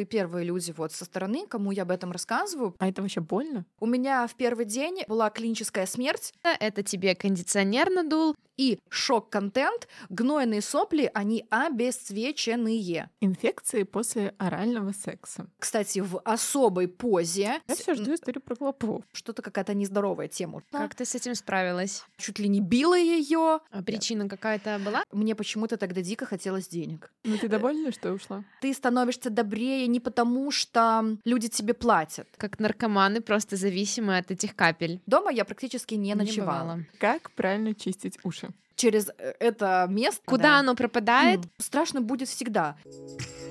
вы первые люди вот со стороны, кому я об этом рассказываю. А это вообще больно? У меня в первый день была клиническая смерть. Это тебе кондиционер надул. И шок-контент, гнойные сопли, они обесцвеченные. Инфекции после орального секса. Кстати, в особой позе. Я все жду историю про клопов. Что-то какая-то нездоровая тема. Как ты с этим справилась? Чуть ли не била ее. А причина какая-то была? Мне почему-то тогда дико хотелось денег. Ну ты довольна, что ушла? Ты становишься добрее не потому, что люди тебе платят. Как наркоманы, просто зависимые от этих капель. Дома я практически не ночевала. бывало. Как правильно чистить уши? Через это место. Куда оно пропадает? Страшно будет всегда.